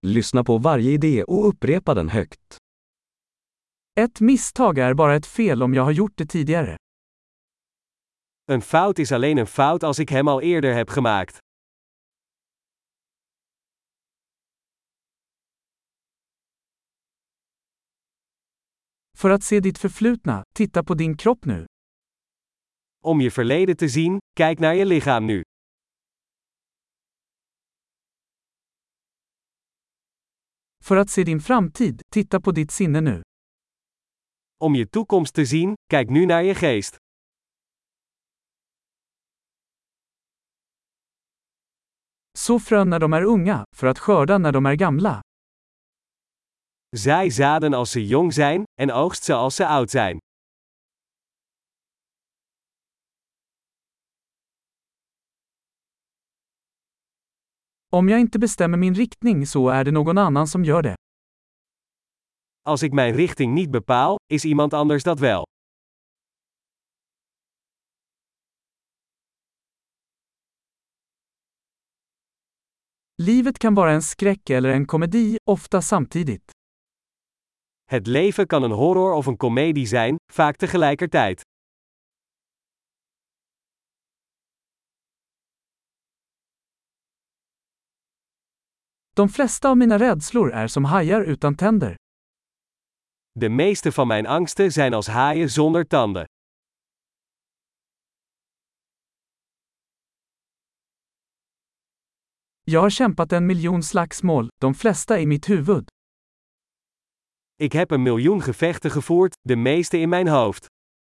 Lyssna på varje idé och upprepa den högt. Ett misstag är bara ett fel om jag har gjort det tidigare. Een fout is alleen een fout als ik hem al eerder heb gemaakt. För att se ditt förflutna, titta på din kropp nu. Om je verleden te zien, kijk naar je lichaam nu. För att se din framtid, titta på ditt sinne nu. Om je toekomst te zien, kijk nu naar je geest. Så frön när de är unga, för att skörda när de är gamla. Zaai zaden als ze jong zijn, en oogst ze als ze oud zijn. Om jag inte bestämmer min riktning så är det någon annan som gör det. Als ik mijn richting niet bepaal, is iemand anders dat wel. Livet kan vara en skräck eller en komedi, ofta samtidigt. Het leven kan een horror of een komedie zijn, vaak tegelijkertijd. De flesta av mina rädslor är som hajar utan tänder. De meeste van mijn angsten zijn als haaien zonder tanden. Jag har kämpat 1 miljon slagsmål, de flesta i mitt huvud. Ik heb 1 miljoen gevechten gevoerd, de meeste in mijn hoofd.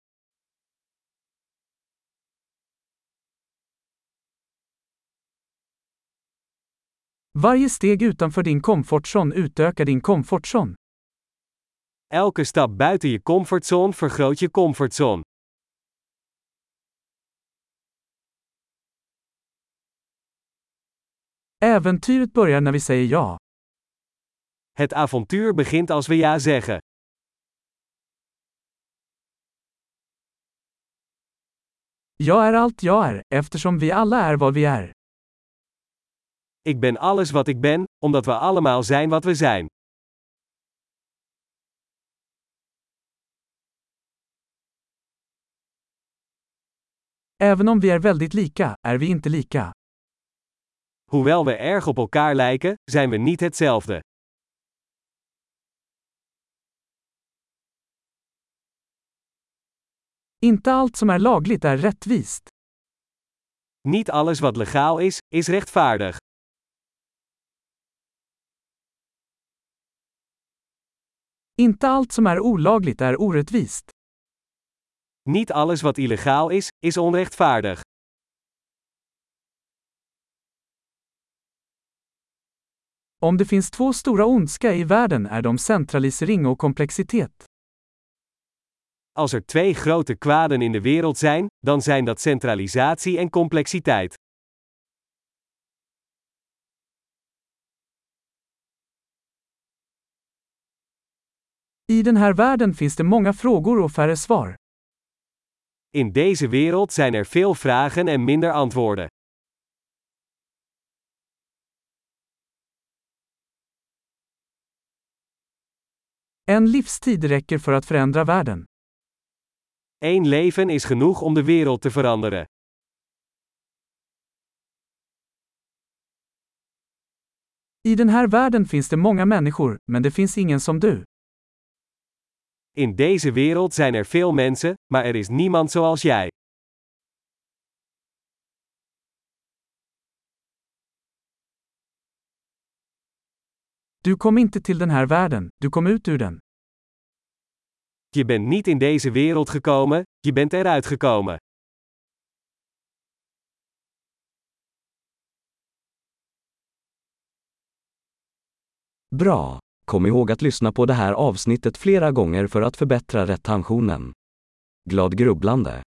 Varje steg utanför din comfortzone utökar din comfortzone. Elke stap buiten je comfortzone vergroot je comfortzone. Äventyret börjar när vi säger ja. Het avontuur begint als we ja zeggen. Jag är allt jag är, eftersom vi alla är vad vi är. Ik ben alles wat ik ben, omdat we allemaal zijn wat we zijn. Även om vi är väldigt lika, är vi inte lika. Hoewel we erg op elkaar lijken, zijn we niet hetzelfde. Inte allt som är lagligt är rättvist. Niet alles wat legaal is rechtvaardig. Inte allt som är olagligt är orättvist. Niet alles wat illegaal is onrechtvaardig. Om det finns 2 stora ondska i världen är de centralisering och komplexitet. Als er 2 grote kwaden in de wereld zijn, dan zijn dat centralisatie en complexiteit. I den här världen finns det många frågor och färre svar. In deze wereld zijn er veel vragen en minder antwoorden. En livstid räcker för att förändra världen. 1 leven is genoeg om de wereld te veranderen. I den här världen finns det många människor, men det finns ingen som du. In deze wereld zijn er veel mensen, maar er is niemand zoals jij. Du kom inte till den här världen, du kom ut ur den. Je bent niet in deze wereld gekomen, je bent eruit gekomen. Bra! Kom ihåg att lyssna på det här avsnittet flera gånger för att förbättra retentionen. Glad grubblande!